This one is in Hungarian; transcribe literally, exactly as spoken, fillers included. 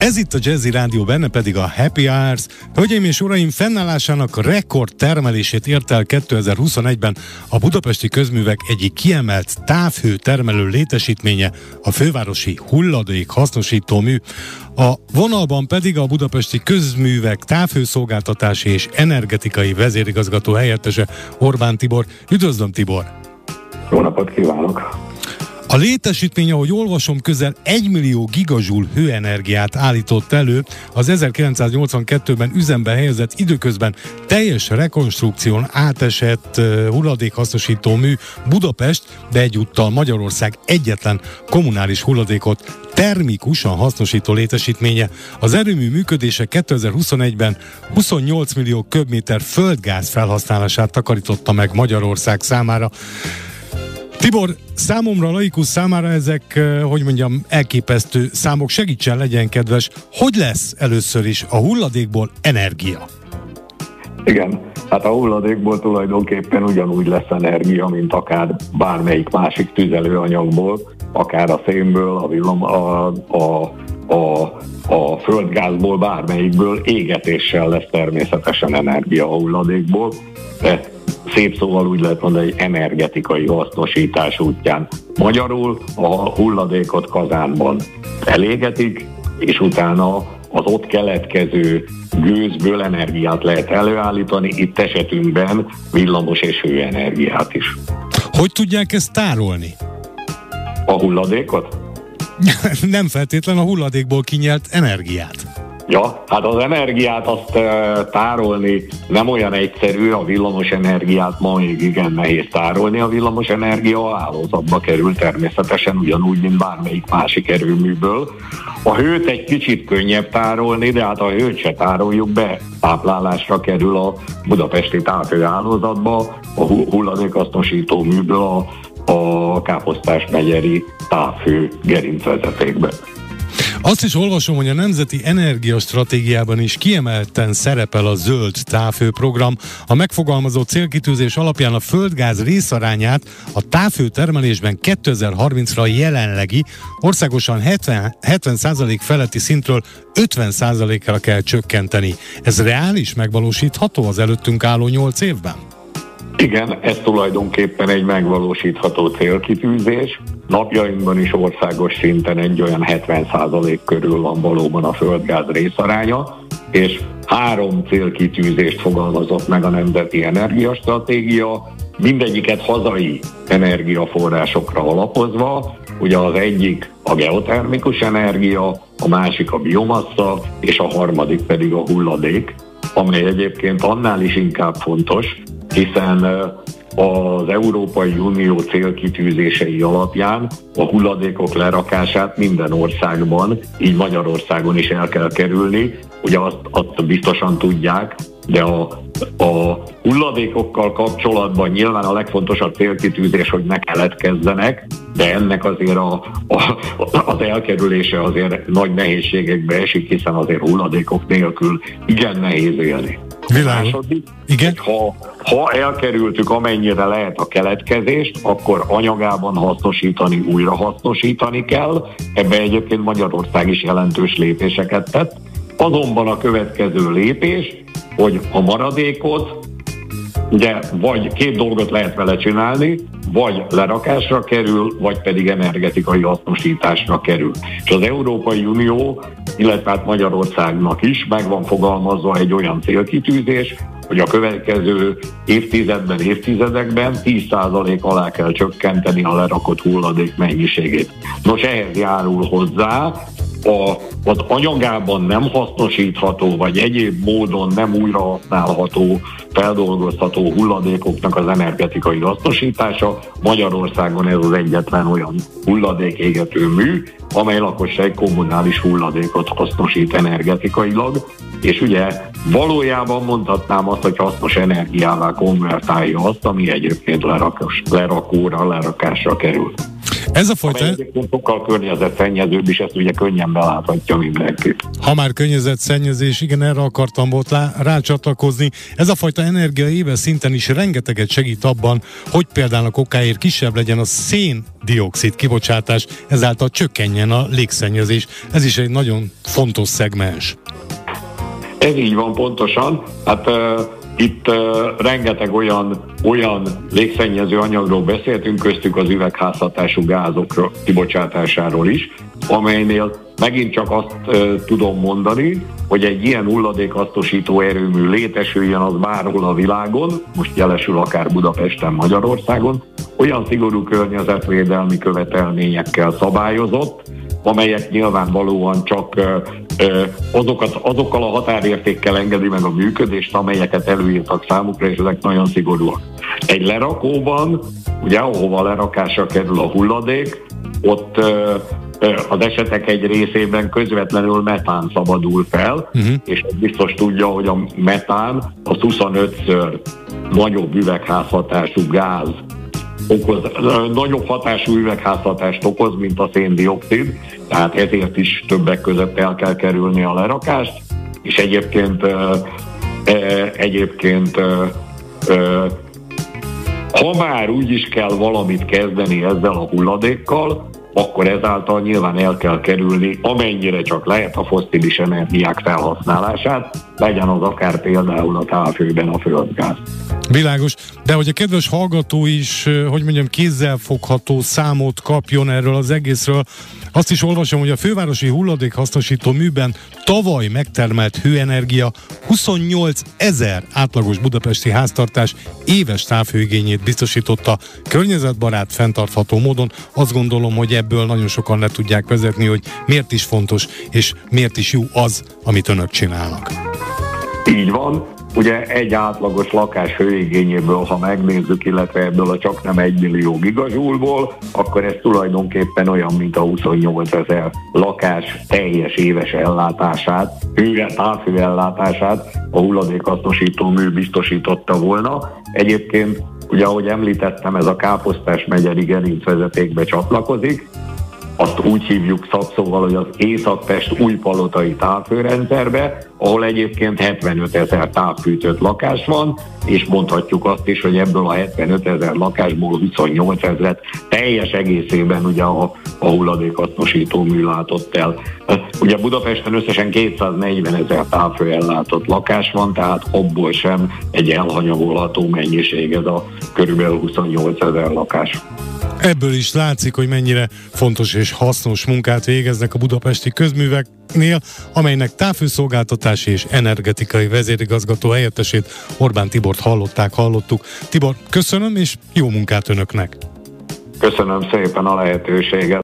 Ez itt a Jazzy Rádió, benne pedig a Happy Hours. Hölgyeim és uraim, fennállásának rekord termelését ért el kétezer-huszonegyben a budapesti közművek egyik kiemelt távhő termelő létesítménye, a fővárosi hulladék hasznosító mű. A vonalban pedig a budapesti közművek távhőszolgáltatási és energetikai vezérigazgató helyettese, Orbán Tibor. Üdvözlöm, Tibor! Jó napot kívánok! A létesítmény, ahogy olvasom, közel egy millió gigajoule hőenergiát állított elő, az ezerkilencszáznyolcvankettőben üzembe helyezett, időközben teljes rekonstrukción átesett uh, hulladékhasznosító mű Budapest, de egyúttal Magyarország egyetlen kommunális hulladékot termikusan hasznosító létesítménye. Az erőmű működése kétezer-huszonegyben huszonnyolc millió köbméter földgáz felhasználását takarította meg Magyarország számára. Tibor, számomra, laikus számára ezek, hogy mondjam, elképesztő számok. Segítsen, legyen kedves, hogy lesz először is a hulladékból energia? Igen, hát a hulladékból tulajdonképpen ugyanúgy lesz energia, mint akár bármelyik másik tüzelőanyagból, akár a szénből, a, villam, a, a, a, a földgázból, bármelyikből égetéssel lesz természetesen energia a hulladékból, de szép szóval úgy lehet mondani, egy energetikai hasznosítás útján. Magyarul a hulladékot kazánban elégetik, és utána az ott keletkező gőzből energiát lehet előállítani, itt esetünkben villamos és hőenergiát is. Hogy tudják ezt tárolni? A hulladékot? Nem feltétlen a hulladékból kinyert energiát. Ja, hát az energiát azt e, tárolni nem olyan egyszerű, a villamos energiát ma még igen nehéz tárolni, a villamos energia a hálózatba kerül természetesen ugyanúgy, mint bármelyik másik erőműből. A hőt egy kicsit könnyebb tárolni, de hát a hőt se tároljuk be, táplálásra kerül a budapesti távhőhálózatba, a hulladékhasznosító műből a, a Káposztás-megyeri távhő gerincvezetékbe. Azt is olvasom, hogy a Nemzeti Energiastratégiában is kiemelten szerepel a zöld távhőprogram. A megfogalmazott célkitűzés alapján a földgáz részarányát a távhőtermelésben kétezer-harmincra jelenlegi országosan hetven százalék feletti szintről ötven százalékra kell csökkenteni. Ez reális, megvalósítható az előttünk álló nyolc évben? Igen, ez tulajdonképpen egy megvalósítható célkitűzés. Napjainkban is országos szinten egy olyan hetven százalék körül van valóban a földgáz részaránya, és három célkitűzést fogalmazott meg a Nemzeti Energiastratégia, mindegyiket hazai energiaforrásokra alapozva. Ugye az egyik a geotermikus energia, a másik a biomassa, és a harmadik pedig a hulladék, amely egyébként annál is inkább fontos, hiszen az Európai Unió célkitűzései alapján a hulladékok lerakását minden országban, így Magyarországon is el kell kerülni. Ugye azt, azt biztosan tudják, de a, a hulladékokkal kapcsolatban nyilván a legfontosabb célkitűzés, hogy ne keletkezzenek, de ennek azért a, a, az elkerülése azért nagy nehézségekbe esik, hiszen azért hulladékok nélkül igen nehéz élni. Második, igen? Ha, ha elkerültük amennyire lehet a keletkezést, akkor anyagában hasznosítani, újra hasznosítani kell. Ebbe egyébként Magyarország is jelentős lépéseket tett. Azonban a következő lépés, hogy a maradékot, ugye vagy két dolgot lehet vele csinálni, vagy lerakásra kerül, vagy pedig energetikai hasznosításra kerül. És az Európai Unió, illetve hát Magyarországnak is meg van fogalmazva egy olyan célkitűzés, hogy a következő évtizedben, évtizedekben tíz százalék alá kell csökkenteni a lerakott hulladék mennyiségét. Nos, ehhez járul hozzá a, az anyagában nem hasznosítható, vagy egyéb módon nem újra használható, feldolgozható hulladékoknak az energetikai hasznosítása. Magyarországon ez az egyetlen olyan hulladékégető mű, amely lakosság kommunális hulladékot hasznosít energetikailag, és ugye valójában mondhatnám azt, hogy hasznos energiává konvertálja azt, ami egyébként lerakos, lerakóra, lerakásra kerül. Ez a fajta... sokkal környezetszennyezőbb, és ezt ugye könnyen beláthatja mindenki. Ha már környezetszennyezés, igen, erre akartam volt rácsatlakozni. Ez a fajta energia éves szinten is rengeteget segít abban, hogy például a okáért kisebb legyen a szén-dioxid kibocsátás, ezáltal csökkenjen a légszennyezés. Ez is egy nagyon fontos szegmens. Ez így van pontosan. Hát uh, itt uh, rengeteg olyan, olyan légszennyező anyagról beszéltünk, köztük az üvegházhatású gázok kibocsátásáról is, amelynél megint csak azt uh, tudom mondani, hogy egy ilyen hulladékhasznosító erőmű létesüljön az bárhol a világon, most jelesül akár Budapesten, Magyarországon, olyan szigorú környezetvédelmi követelményekkel szabályozott, amelyek nyilvánvalóan csak ö, ö, azokat, azokkal a határértékkel engedi meg a működést, amelyeket előírtak számukra, és ezek nagyon szigorúak. Egy lerakóban, ugye ahova lerakásra kerül a hulladék, ott ö, ö, az esetek egy részében közvetlenül metán szabadul fel, uh-huh. és biztos tudja, hogy a metán az huszonötször nagyobb üvegházhatású gáz, okoz, nagyobb hatású üvegházhatást okoz, mint a szén-dioxid, tehát ezért is többek között el kell kerülni a lerakást, és egyébként egyébként ha már úgy is kell valamit kezdeni ezzel a hulladékkal, akkor ezáltal nyilván el kell kerülni, amennyire csak lehet a fosszilis energiák felhasználását, legyen az akár például a távhőben a földgáz. Világos, de hogy a kedves hallgató is, hogy mondjam, kézzelfogható számot kapjon erről az egészről, azt is olvasom, hogy a fővárosi hulladékhasznosító műben tavaly megtermelt hőenergia huszonnyolc ezer átlagos budapesti háztartás éves távhőigényét biztosította környezetbarát, fenntartható módon. Azt gondolom, hogy ebből nagyon sokan le tudják vezetni, hogy miért is fontos, és miért is jó az, amit önök csinálnak. Így van. Ugye egy átlagos lakás hőigényéből, ha megnézzük, illetve ebből a csak nem egy millió gigazsúlból, akkor ez tulajdonképpen olyan, mint a huszonnyolc ezer lakás teljes éves ellátását, hő, távhő ellátását a hulladékhasznosító mű biztosította volna. Egyébként, ugye ahogy említettem, ez a Káposztás megyeri gerincvezetékbe csatlakozik, azt úgy hívjuk szakszóval, hogy az Észak-Pest újpalotai távhőrendszerbe, ahol egyébként hetvenöt ezer távfűtött lakás van, és mondhatjuk azt is, hogy ebből a hetvenöt ezer lakásból huszonnyolc ezret teljes egészében ugye a, a hulladékhasznosító mű látott el. Ugye Budapesten összesen kétszáznegyven ezer távhő ellátott lakás van, tehát abból sem egy elhanyagolható mennyiség ez a körülbelül huszonnyolc ezer lakás. Ebből is látszik, hogy mennyire fontos és hasznos munkát végeznek a budapesti közműveknél, amelynek távhőszolgáltatási és energetikai vezérigazgató helyettesét, Orbán Tibort hallották, hallottuk. Tibor, köszönöm, és jó munkát önöknek! Köszönöm szépen a lehetőséget!